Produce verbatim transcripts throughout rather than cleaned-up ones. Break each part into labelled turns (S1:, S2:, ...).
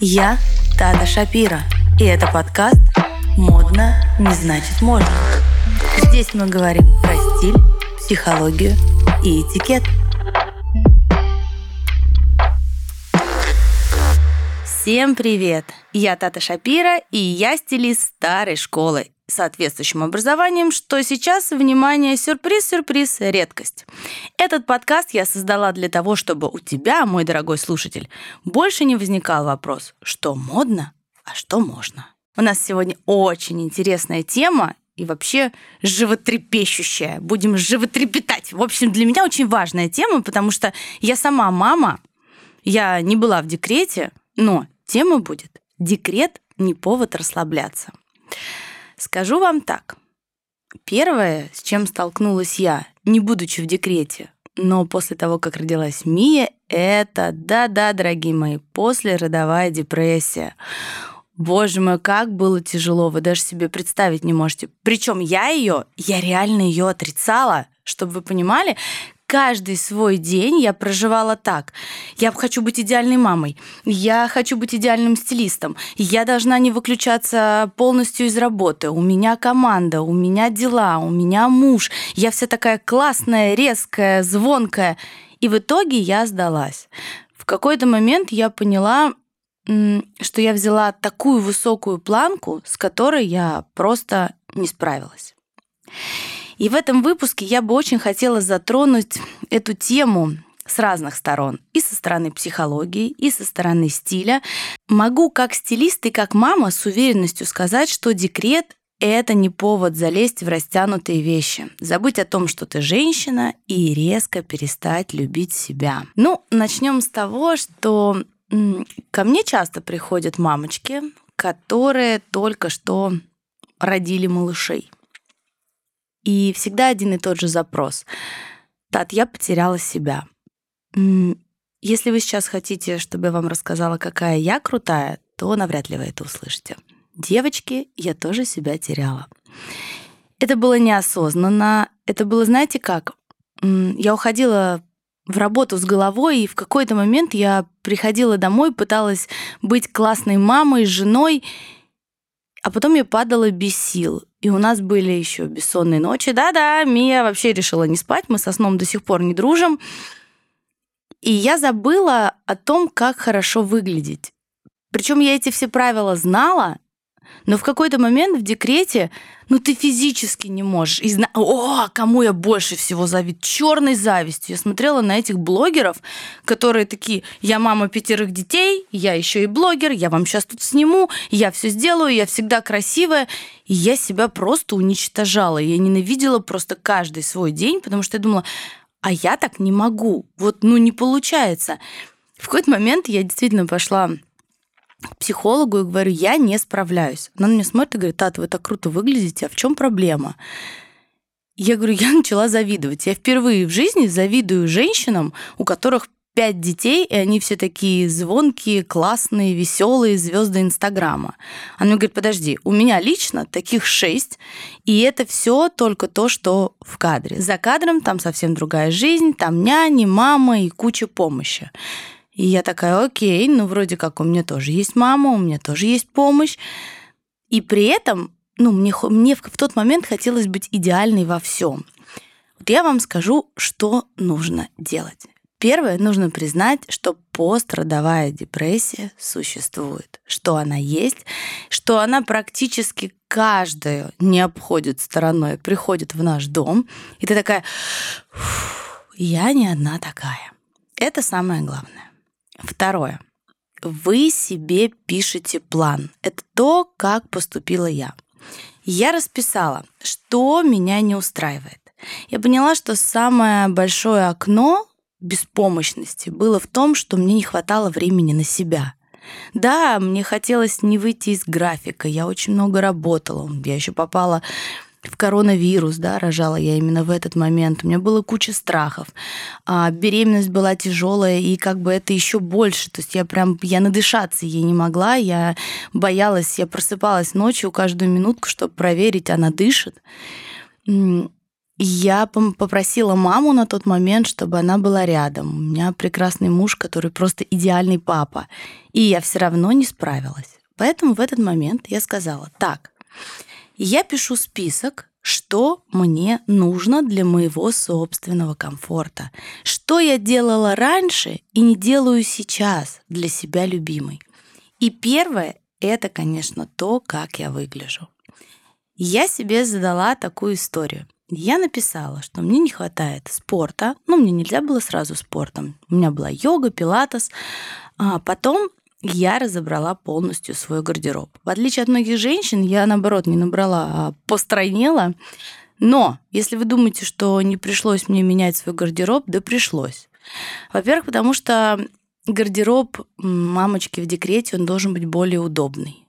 S1: Я Тата Шапира, и это подкаст «Модно не значит можно». Здесь мы говорим про стиль, психологию и этикет. Всем привет! Я Тата Шапира, и я стилист старой школы с соответствующим образованием, что сейчас, внимание, сюрприз-сюрприз, редкость. Этот подкаст я создала для того, чтобы у тебя, мой дорогой слушатель, больше не возникал вопрос, что модно, а что можно. У нас сегодня очень интересная тема и вообще животрепещущая. Будем животрепетать. В общем, для меня очень важная тема, потому что я сама мама, я не была в декрете, но тема будет «Декрет не повод расслабляться». Скажу вам так. Первое, с чем столкнулась я, не будучи в декрете, но после того, как родилась Мия, это, да-да, дорогие мои, послеродовая депрессия. Боже мой, как было тяжело, вы даже себе представить не можете. Причем я ее, я реально ее отрицала, чтобы вы понимали. Каждый свой день я проживала так. Я хочу быть идеальной мамой, я хочу быть идеальным стилистом, я должна не выключаться полностью из работы, у меня команда, у меня дела, у меня муж, я вся такая классная, резкая, звонкая. И в итоге я сдалась. В какой-то момент я поняла, что я взяла такую высокую планку, с которой я просто не справилась. И в этом выпуске я бы очень хотела затронуть эту тему с разных сторон. И со стороны психологии, и со стороны стиля. Могу как стилист и как мама с уверенностью сказать, что декрет — это не повод залезть в растянутые вещи. Забыть о том, что ты женщина, и резко перестать любить себя. Ну, начнем с того, что ко мне часто приходят мамочки, которые только что родили малышей. И всегда один и тот же запрос. Тат, я потеряла себя. Если вы сейчас хотите, чтобы я вам рассказала, какая я крутая, то навряд ли вы это услышите. Девочки, я тоже себя теряла. Это было неосознанно. Это было, знаете как? Я уходила в работу с головой, и в какой-то момент я приходила домой, пыталась быть классной мамой, женой, а потом я падала без сил. И у нас были еще бессонные ночи. Да-да, Мия вообще решила не спать, мы со сном до сих пор не дружим. И я забыла о том, как хорошо выглядеть. Причем я эти все правила знала, но в какой-то момент в декрете, ну ты физически не можешь. И зна... О, кому я больше всего завидую? Черной завистью. Я смотрела на этих блогеров, которые такие: я мама пятерых детей, я еще и блогер, я вам сейчас тут сниму, я все сделаю, я всегда красивая. И я себя просто уничтожала. Я ненавидела просто каждый свой день, потому что я думала, а я так не могу. Вот, ну, не получается. В какой-то момент я действительно пошла к психологу и говорю, я не справляюсь. Она на меня смотрит и говорит, Тата, вы так круто выглядите, а в чем проблема? Я говорю, я начала завидовать. Я впервые в жизни завидую женщинам, у которых пять детей, и они все такие звонкие, классные, веселые звезды Инстаграма. Она мне говорит, подожди, у меня лично таких шесть, и это все только то, что в кадре. За кадром там совсем другая жизнь, там няни, мама и куча помощи. И я такая, окей, ну вроде как у меня тоже есть мама, у меня тоже есть помощь. И при этом, ну, мне, мне в, в тот момент хотелось быть идеальной во всем. Вот я вам скажу, что нужно делать. Первое, нужно признать, что постродовая депрессия существует, что она есть, что она практически каждую не обходит стороной, приходит в наш дом, и ты такая, я не одна такая. Это самое главное. Второе. Вы себе пишете план. Это то, как поступила я. Я расписала, что меня не устраивает. Я поняла, что самое большое окно беспомощности было в том, что мне не хватало времени на себя. Да, мне хотелось не выйти из графика, я очень много работала, я еще попала в коронавирус, да, рожала я именно в этот момент. У меня было куча страхов. А беременность была тяжелая, и как бы это еще больше. То есть я прям, я надышаться ей не могла, я боялась, я просыпалась ночью каждую минутку, чтобы проверить, она дышит. Я пом- попросила маму на тот момент, чтобы она была рядом. У меня прекрасный муж, который просто идеальный папа. И я все равно не справилась. Поэтому в этот момент я сказала: так, я пишу список, что мне нужно для моего собственного комфорта. Что я делала раньше и не делаю сейчас для себя любимой. И первое — это, конечно, то, как я выгляжу. Я себе задала такую историю. Я написала, что мне не хватает спорта. Ну, мне нельзя было сразу спортом. У меня была йога, пилатес. А потом я разобрала полностью свой гардероб. В отличие от многих женщин, я, наоборот, не набрала, а постройнела. Но если вы думаете, что не пришлось мне менять свой гардероб, да пришлось. Во-первых, потому что гардероб мамочки в декрете, он должен быть более удобный.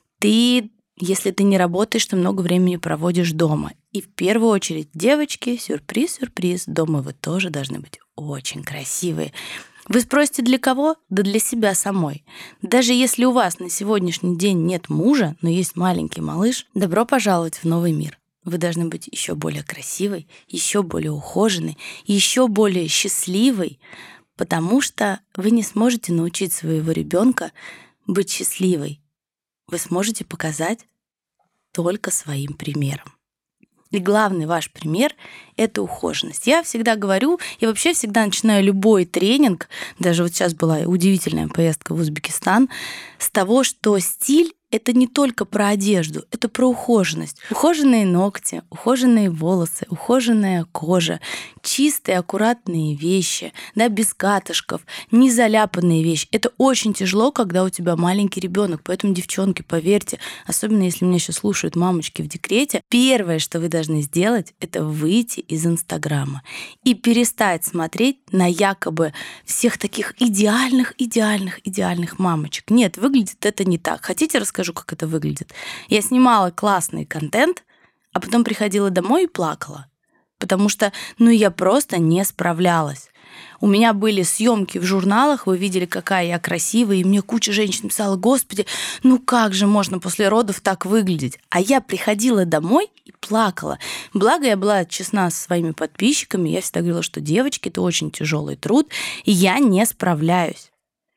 S1: Ты, если ты не работаешь, ты много времени проводишь дома. И в первую очередь, девочки, сюрприз-сюрприз, дома вы тоже должны быть очень красивые. Вы спросите, для кого? Да для себя самой. Даже если у вас на сегодняшний день нет мужа, но есть маленький малыш, добро пожаловать в новый мир. Вы должны быть еще более красивой, еще более ухоженной, еще более счастливой, потому что вы не сможете научить своего ребенка быть счастливой. Вы сможете показать только своим примером. И главный ваш пример — это ухоженность. Я всегда говорю, я вообще всегда начинаю любой тренинг, даже вот сейчас была удивительная поездка в Узбекистан, с того, что стиль — это не только про одежду, это про ухоженность. Ухоженные ногти, ухоженные волосы, ухоженная кожа, чистые, аккуратные вещи, да, без катышков, не заляпанные вещи. Это очень тяжело, когда у тебя маленький ребенок. Поэтому, девчонки, поверьте, особенно если меня сейчас слушают мамочки в декрете, первое, что вы должны сделать, это выйти из Инстаграма и перестать смотреть на якобы всех таких идеальных, идеальных, идеальных мамочек. Нет, выглядит это не так. Хотите, расскажу, как это выглядит? Я снимала классный контент, а потом приходила домой и плакала. Потому что, ну, я просто не справлялась. У меня были съемки в журналах, вы видели, какая я красивая, и мне куча женщин писала: «Господи, ну как же можно после родов так выглядеть?» А я приходила домой и плакала. Благо, я была честна со своими подписчиками, я всегда говорила, что, девочки, это очень тяжелый труд, и я не справляюсь.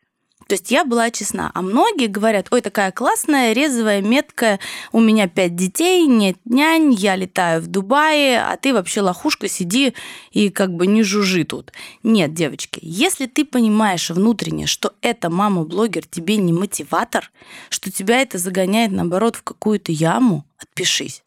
S1: То есть я была честна. А многие говорят: ой, такая классная, резвая, меткая, у меня пять детей, нет нянь, я летаю в Дубае, а ты вообще лохушка, сиди и как бы не жужжи тут. Нет, девочки, если ты понимаешь внутренне, что эта мама-блогер тебе не мотиватор, что тебя это загоняет, наоборот, в какую-то яму, отпишись.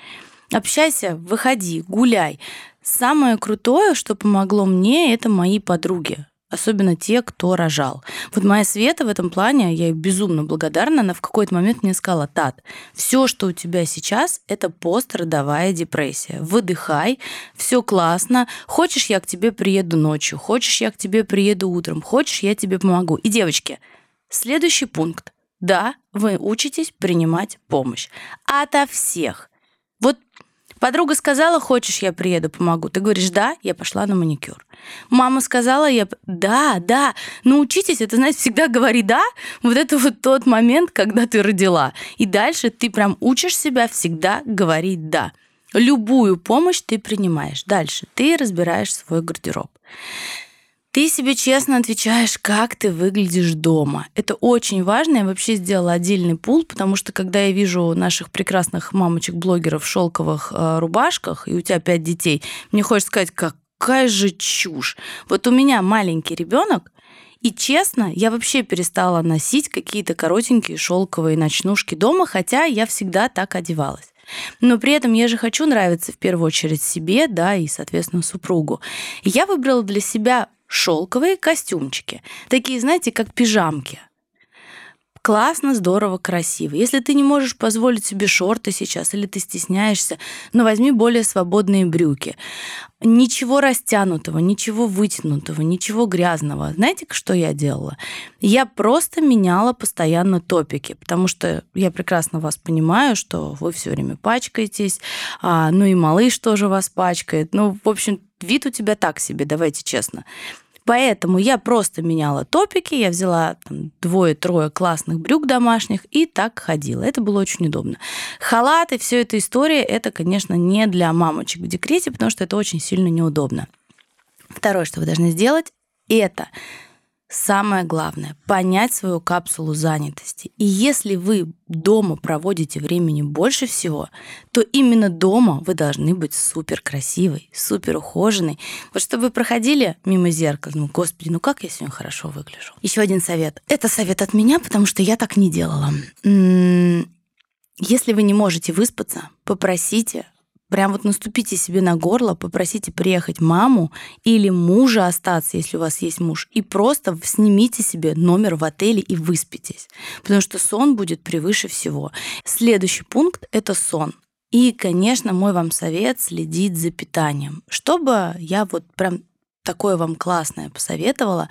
S1: Общайся, выходи, гуляй. Самое крутое, что помогло мне, это мои подруги. Особенно те, кто рожал. Вот моя Света в этом плане, я ей безумно благодарна, она в какой-то момент мне сказала: «Тат, все, что у тебя сейчас, это постродовая депрессия. Выдыхай, все классно. Хочешь, я к тебе приеду ночью, хочешь, я к тебе приеду утром, хочешь, я тебе помогу». И, девочки, следующий пункт. Да, вы учитесь принимать помощь. Ото всех. Вот подруга сказала: «Хочешь, я приеду, помогу?» Ты говоришь: «Да», я пошла на маникюр. Мама сказала: «Я...» Да, да, научитесь, это, знаете, всегда говори «да». Вот это вот тот момент, когда ты родила. И дальше ты прям учишь себя всегда говорить «да». Любую помощь ты принимаешь. Дальше ты разбираешь свой гардероб. Ты себе честно отвечаешь, как ты выглядишь дома. Это очень важно. Я вообще сделала отдельный пул, потому что когда я вижу наших прекрасных мамочек-блогеров в шелковых э, рубашках, и у тебя пять детей, мне хочется сказать: какая же чушь. Вот у меня маленький ребенок, и честно, я вообще перестала носить какие-то коротенькие шелковые ночнушки дома, хотя я всегда так одевалась. Но при этом я же хочу нравиться в первую очередь себе, да, и, соответственно, супругу. И я выбрала для себя шелковые костюмчики. Такие, знаете, как пижамки. Классно, здорово, красиво. Если ты не можешь позволить себе шорты сейчас, или ты стесняешься, ну, возьми более свободные брюки. Ничего растянутого, ничего вытянутого, ничего грязного. Знаете, что я делала? Я просто меняла постоянно топики, потому что я прекрасно вас понимаю, что вы все время пачкаетесь, а, ну и малыш тоже вас пачкает. Ну, в общем, вид у тебя так себе, давайте честно. Поэтому я просто меняла топики, я взяла там, двое-трое классных брюк домашних и так ходила. Это было очень удобно. Халаты, все эта история, это, конечно, не для мамочек в декрете, потому что это очень сильно неудобно. Второе, что вы должны сделать, это самое главное – понять свою капсулу занятости. И если вы дома проводите времени больше всего, то именно дома вы должны быть супер красивой, супер ухоженной. Вот чтобы вы проходили мимо зеркала, ну, господи, ну как я сегодня хорошо выгляжу. Еще один совет. Это совет от меня, потому что я так не делала. Если вы не можете выспаться, попросите, прям вот наступите себе на горло, попросите приехать маму или мужа остаться, если у вас есть муж, и просто снимите себе номер в отеле и выспитесь, потому что сон будет превыше всего. Следующий пункт – это сон. И, конечно, мой вам совет – следить за питанием. Чтобы я вот прям такое вам классное посоветовала,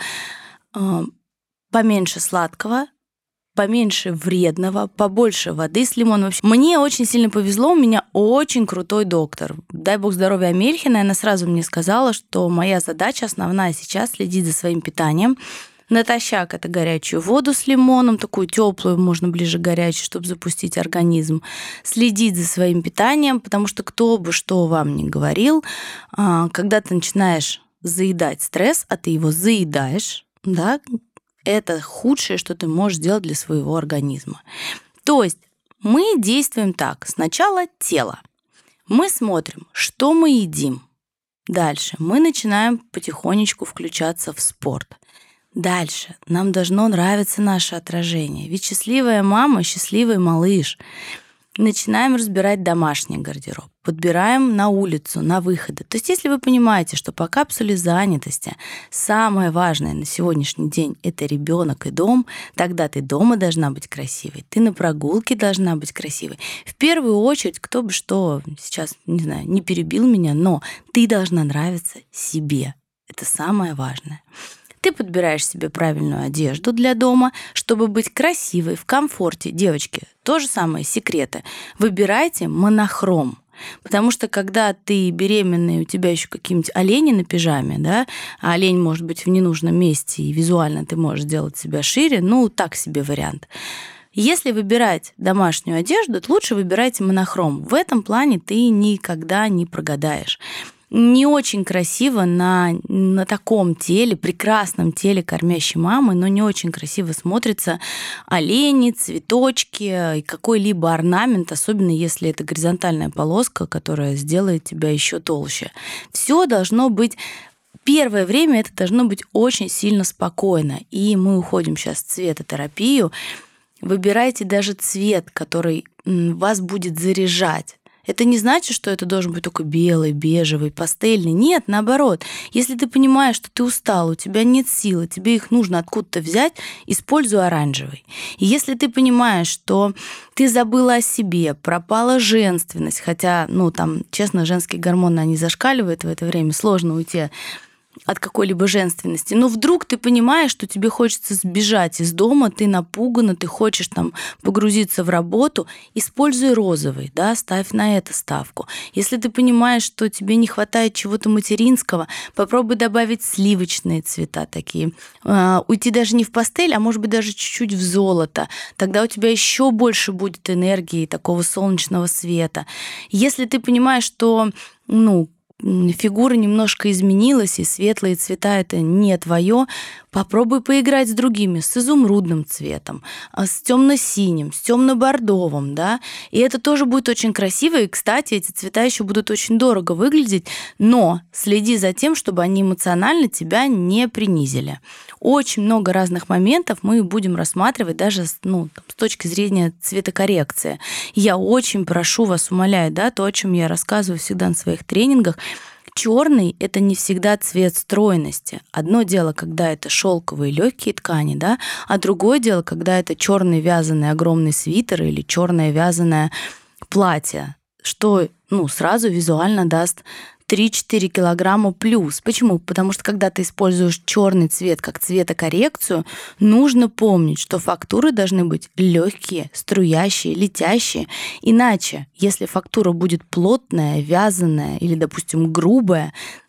S1: поменьше сладкого, поменьше вредного, побольше воды с лимоном. Мне очень сильно повезло, у меня очень крутой доктор. Дай бог здоровья Амельхина, она сразу мне сказала, что моя задача основная сейчас следить за своим питанием. Натощак – это горячую воду с лимоном, такую теплую, можно ближе к горячей, чтобы запустить организм. Следить за своим питанием, потому что кто бы что вам ни говорил, когда ты начинаешь заедать стресс, а ты его заедаешь, да, это худшее, что ты можешь сделать для своего организма. То есть мы действуем так. Сначала тело. Мы смотрим, что мы едим. Дальше мы начинаем потихонечку включаться в спорт. Дальше нам должно нравиться наше отражение. Ведь счастливая мама, счастливый малыш. Начинаем разбирать домашний гардероб, подбираем на улицу, на выходы. То есть если вы понимаете, что по капсуле занятости самое важное на сегодняшний день – это ребенок и дом, тогда ты дома должна быть красивой, ты на прогулке должна быть красивой. В первую очередь, кто бы что сейчас, не знаю, не перебил меня, но ты должна нравиться себе. Это самое важное. Ты подбираешь себе правильную одежду для дома, чтобы быть красивой, в комфорте. Девочки, то же самое, секреты. Выбирайте монохром. Потому что когда ты беременная, у тебя еще какие-нибудь олени на пижаме, да, а олень может быть в ненужном месте, и визуально ты можешь сделать себя шире, ну, так себе вариант. Если выбирать домашнюю одежду, то лучше выбирайте монохром. В этом плане ты никогда не прогадаешь. Не очень красиво на, на таком теле, прекрасном теле кормящей мамы, но не очень красиво смотрятся олени, цветочки и какой-либо орнамент, особенно если это горизонтальная полоска, которая сделает тебя еще толще. Все должно быть... Первое время это должно быть очень сильно спокойно. И мы уходим сейчас в цветотерапию. Выбирайте даже цвет, который вас будет заряжать. Это не значит, что это должен быть только белый, бежевый, пастельный. Нет, наоборот. Если ты понимаешь, что ты устал, у тебя нет силы, тебе их нужно откуда-то взять, используй оранжевый. И если ты понимаешь, что ты забыла о себе, пропала женственность, хотя, ну, там, честно, женские гормоны, они зашкаливают в это время, сложно уйти от какой-либо женственности. Но вдруг ты понимаешь, что тебе хочется сбежать из дома, ты напугана, ты хочешь там погрузиться в работу, используй розовый, да, ставь на это ставку. Если ты понимаешь, что тебе не хватает чего-то материнского, попробуй добавить сливочные цвета такие. Уйти даже не в пастель, а может быть даже чуть-чуть в золото. Тогда у тебя еще больше будет энергии, такого солнечного света. Если ты понимаешь, что, ну, фигура немножко изменилась, и светлые цвета это не твое, попробуй поиграть с другими, с изумрудным цветом, с темно-синим, с темно-бордовым, да, и это тоже будет очень красиво, и, кстати, эти цвета еще будут очень дорого выглядеть, но следи за тем, чтобы они эмоционально тебя не принизили. Очень много разных моментов мы будем рассматривать даже, ну, с точки зрения цветокоррекции. Я очень прошу вас, умоляю, да, то, о чем я рассказываю всегда на своих тренингах, черный – это не всегда цвет стройности. Одно дело, когда это шелковые легкие ткани, да, а другое дело, когда это черный вязаный огромный свитер или черное вязаное платье, что, ну, сразу визуально даст три-четыре килограмма плюс. Почему? Потому что когда ты используешь черный цвет как цветокоррекцию, нужно помнить, что фактуры должны быть легкие, струящие, летящие. Иначе, если фактура будет плотная, вязаная или, допустим, грубая,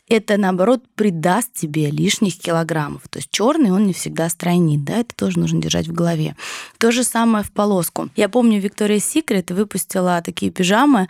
S1: это, наоборот, придаст тебе лишних килограммов. То есть черный, он не всегда стройнит, да, это тоже нужно держать в голове. То же самое в полоску. Я помню, Victoria's Secret выпустила такие пижамы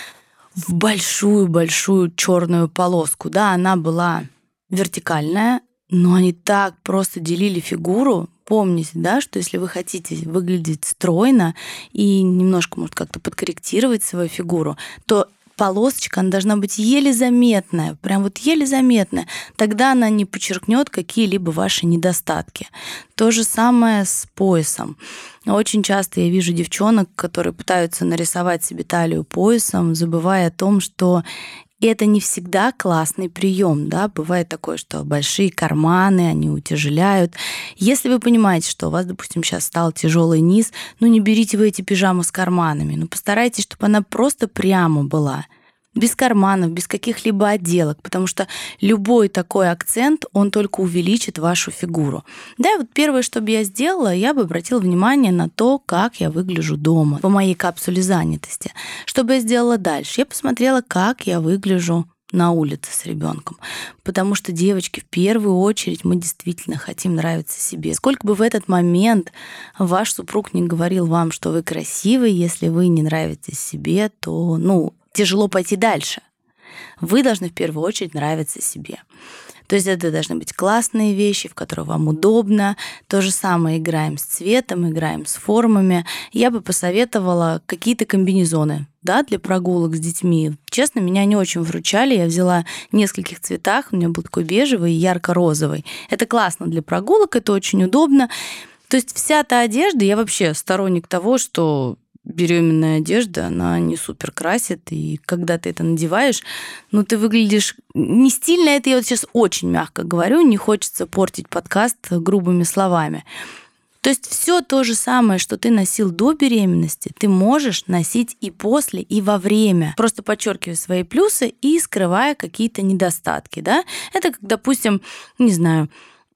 S1: в большую-большую черную полоску. Да, она была вертикальная, но они так просто делили фигуру. Помните, да, что если вы хотите выглядеть стройно и немножко, может, как-то подкорректировать свою фигуру, то полосочка, она должна быть еле заметная, прям вот еле заметная. Тогда она не подчеркнет какие-либо ваши недостатки. То же самое с поясом. Очень часто я вижу девчонок, которые пытаются нарисовать себе талию поясом, забывая о том, что это не всегда классный прием, да, бывает такое, что большие карманы, они утяжеляют. Если вы понимаете, что у вас, допустим, сейчас стал тяжелый низ, ну не берите вы эти пижамы с карманами, ну постарайтесь, чтобы она просто прямо была, без карманов, без каких-либо отделок, потому что любой такой акцент, он только увеличит вашу фигуру. Да, и вот первое, что бы я сделала, я бы обратила внимание на то, как я выгляжу дома, по моей капсуле занятости. Что бы я сделала дальше? Я посмотрела, как я выгляжу на улице с ребенком. Потому что, девочки, в первую очередь мы действительно хотим нравиться себе. Сколько бы в этот момент ваш супруг не говорил вам, что вы красивый, если вы не нравитесь себе, то, ну, тяжело пойти дальше. Вы должны в первую очередь нравиться себе. То есть это должны быть классные вещи, в которые вам удобно. То же самое играем с цветом, играем с формами. Я бы посоветовала какие-то комбинезоны, да, для прогулок с детьми. Честно, меня не очень вручали. Я взяла в нескольких цветах. У меня был такой бежевый и ярко-розовый. Это классно для прогулок, это очень удобно. То есть вся та одежда, я вообще сторонник того, что беременная одежда, она не супер красит, и когда ты это надеваешь, ну, ты выглядишь не стильно, это я вот сейчас очень мягко говорю, не хочется портить подкаст грубыми словами. То есть все то же самое, что ты носил до беременности, ты можешь носить и после, и во время, просто подчеркивая свои плюсы и скрывая какие-то недостатки, да? Это как, допустим, не знаю,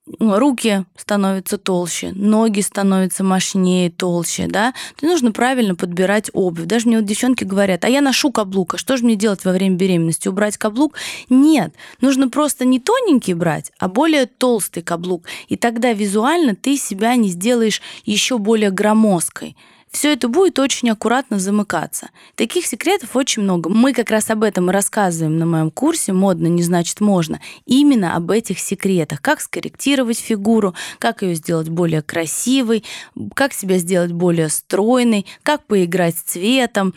S1: руки становятся толще, ноги становятся мощнее, толще, да, то нужно правильно подбирать обувь. Даже мне вот девчонки говорят, а я ношу каблук, а что же мне делать во время беременности? Убрать каблук? Нет, нужно просто не тоненький брать, а более толстый каблук. И тогда визуально ты себя не сделаешь еще более громоздкой. Все это будет очень аккуратно замыкаться. Таких секретов очень много. Мы как раз об этом и рассказываем на моем курсе «Модно не значит можно». Именно об этих секретах. Как скорректировать фигуру, как ее сделать более красивой, как себя сделать более стройной, как поиграть с цветом.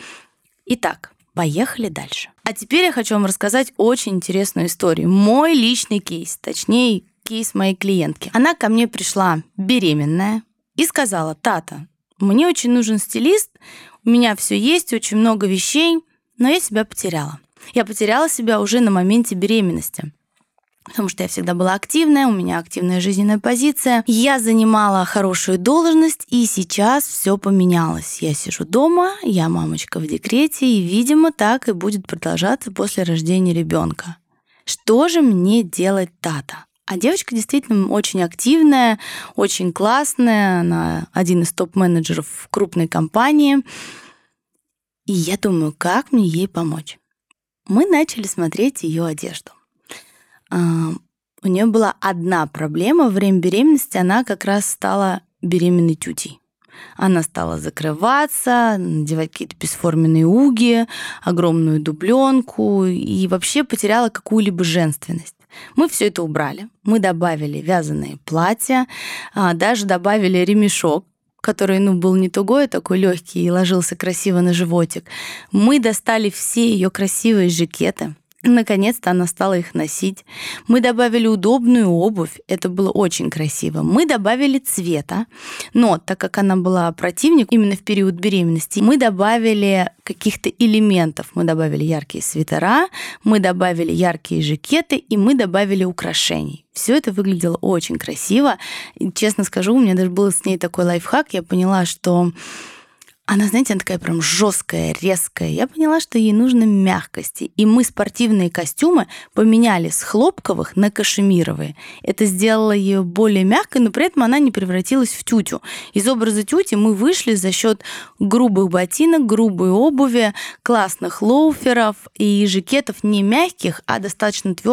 S1: Итак, поехали дальше. А теперь я хочу вам рассказать очень интересную историю. Мой личный кейс, точнее, кейс моей клиентки. Она ко мне пришла беременная и сказала: «Тата, мне очень нужен стилист, у меня все есть, очень много вещей, но я себя потеряла. Я потеряла себя уже на моменте беременности. Потому что я всегда была активная, у меня активная жизненная позиция. Я занимала хорошую должность, и сейчас все поменялось. Я сижу дома, я мамочка в декрете, и, видимо, так и будет продолжаться после рождения ребенка. Что же мне делать, Тата?» А девочка действительно очень активная, очень классная, она один из топ-менеджеров в крупной компании. И я думаю, как мне ей помочь? Мы начали смотреть ее одежду. У нее была одна проблема: во время беременности она как раз стала беременной тютей. Она стала закрываться, надевать какие-то бесформенные уги, огромную дубленку и вообще потеряла какую-либо женственность. Мы все это убрали. Мы добавили вязаные платья, даже добавили ремешок, который, ну, был не тугой, а такой легкий и ложился красиво на животик. Мы достали все ее красивые жакеты. Наконец-то она стала их носить. Мы добавили удобную обувь, это было очень красиво. Мы добавили цвета, но так как она была противник именно в период беременности, мы добавили каких-то элементов. Мы добавили яркие свитера, мы добавили яркие жакеты и мы добавили украшений. Все это выглядело очень красиво. И, честно скажу, у меня даже был с ней такой лайфхак. Я поняла, что она, знаете, она такая прям жесткая, резкая. Я поняла, что ей нужно мягкости. И мы спортивные костюмы поменяли с хлопковых на кашемировые. Это сделало ее более мягкой, но при этом она не превратилась в тютю. Из образа тюти мы вышли за счет грубых ботинок, грубой обуви, классных лоуферов и жакетов не мягких, а достаточно твердых,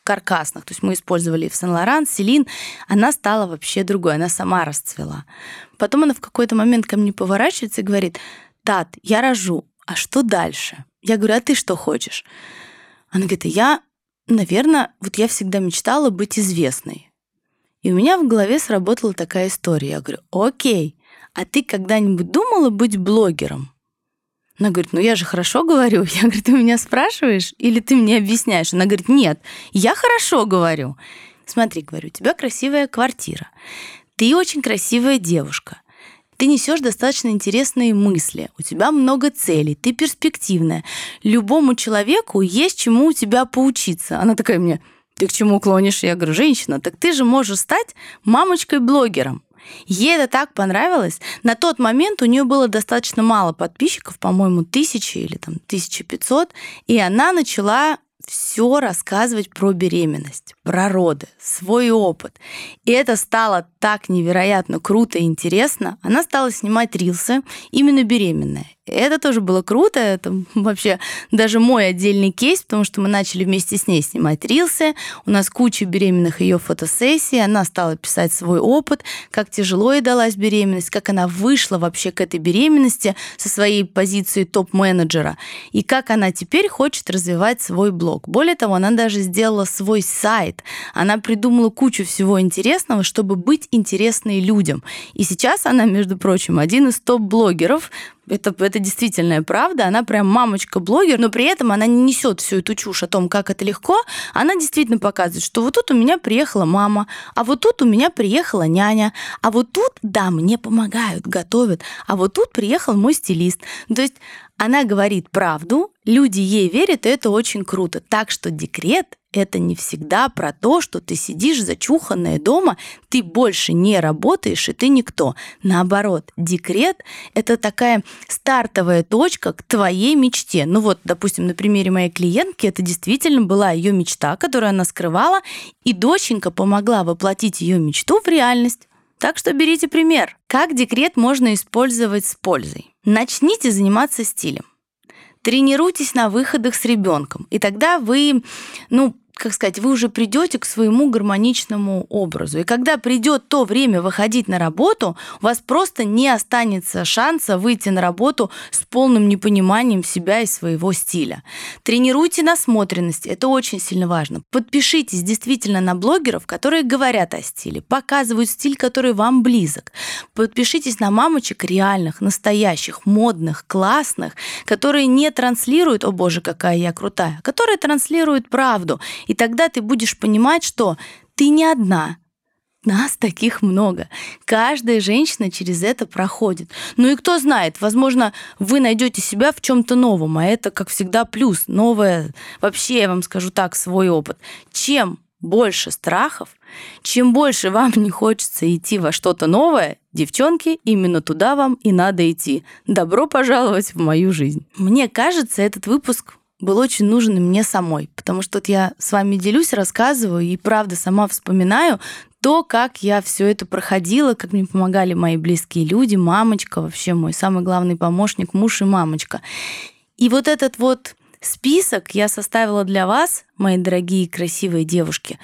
S1: каркасных. То есть мы использовали в Сен-Лоран, Селин. Она стала вообще другой, она сама расцвела. Потом она в какой-то момент ко мне поворачивается и говорит: «Тат, я рожу, а что дальше?» Я говорю: «А ты что хочешь?» Она говорит: «Я, наверное, вот я всегда мечтала быть известной». И у меня в голове сработала такая история. Я говорю: «Окей, а ты когда-нибудь думала быть блогером?» Она говорит: «Ну я же хорошо говорю». Я говорю: «Ты меня спрашиваешь или ты мне объясняешь?» Она говорит: «Нет, я хорошо говорю». Смотри, говорю, у тебя красивая квартира, ты очень красивая девушка, ты несешь достаточно интересные мысли, у тебя много целей, ты перспективная. Любому человеку есть чему у тебя поучиться». Она такая мне: «Ты к чему клонишь?» Я говорю: «Женщина, так ты же можешь стать мамочкой-блогером». Ей это так понравилось. На тот момент у нее было достаточно мало подписчиков, по-моему, тысячи или там тысяча пятьсот, и она начала все рассказывать про беременность, про роды, свой опыт. И это стало так невероятно круто и интересно. Она стала снимать рилсы именно беременная. И это тоже было круто. Это вообще даже мой отдельный кейс, потому что мы начали вместе с ней снимать рилсы. У нас куча беременных ее фотосессий. Она стала писать свой опыт, как тяжело ей далась беременность, как она вышла вообще к этой беременности со своей позиции топ-менеджера, и как она теперь хочет развивать свой блог. Более того, она даже сделала свой сайт. Она придумала кучу всего интересного, чтобы быть интересной людям. И сейчас она, между прочим, один из топ-блогеров. Это, это действительно правда. Она прям мамочка-блогер, но при этом она не несет всю эту чушь о том, как это легко. Она действительно показывает, что вот тут у меня приехала мама, а вот тут у меня приехала няня, а вот тут, да, мне помогают, готовят, а вот тут приехал мой стилист. То есть она говорит правду, люди ей верят, и это очень круто. Так что декрет — это не всегда про то, что ты сидишь зачуханная дома, ты больше не работаешь, и ты никто. Наоборот, декрет — это такая стартовая точка к твоей мечте. Ну вот, допустим, на примере моей клиентки это действительно была ее мечта, которую она скрывала, и доченька помогла воплотить ее мечту в реальность. Так что берите пример. Как декрет можно использовать с пользой? Начните заниматься стилем. Тренируйтесь на выходах с ребенком, и тогда вы, ну, как сказать, вы уже придете к своему гармоничному образу. И когда придет то время выходить на работу, у вас просто не останется шанса выйти на работу с полным непониманием себя и своего стиля. Тренируйте насмотренность, это очень сильно важно. Подпишитесь действительно на блогеров, которые говорят о стиле, показывают стиль, который вам близок. Подпишитесь на мамочек реальных, настоящих, модных, классных, которые не транслируют: «О боже, какая я крутая», которые транслируют правду. И тогда ты будешь понимать, что ты не одна. Нас таких много. Каждая женщина через это проходит. Ну и кто знает, возможно, вы найдете себя в чем-то новом, а это, как всегда, плюс. Новое, вообще, я вам скажу так, свой опыт. Чем больше страхов, чем больше вам не хочется идти во что-то новое, девчонки, именно туда вам и надо идти. Добро пожаловать в мою жизнь. Мне кажется, этот выпуск был очень нужен и мне самой, потому что вот я с вами делюсь, рассказываю и, правда, сама вспоминаю то, как я все это проходила, как мне помогали мои близкие люди, мамочка, вообще мой самый главный помощник, муж и мамочка. И вот этот вот список я составила для вас, мои дорогие красивые девушки,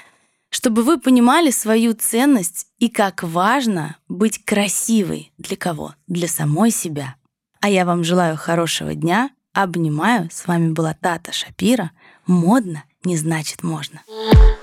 S1: чтобы вы понимали свою ценность и как важно быть красивой. Для кого? Для самой себя. А я вам желаю хорошего дня. Обнимаю. С вами была Тата Шапира. Модно не значит можно.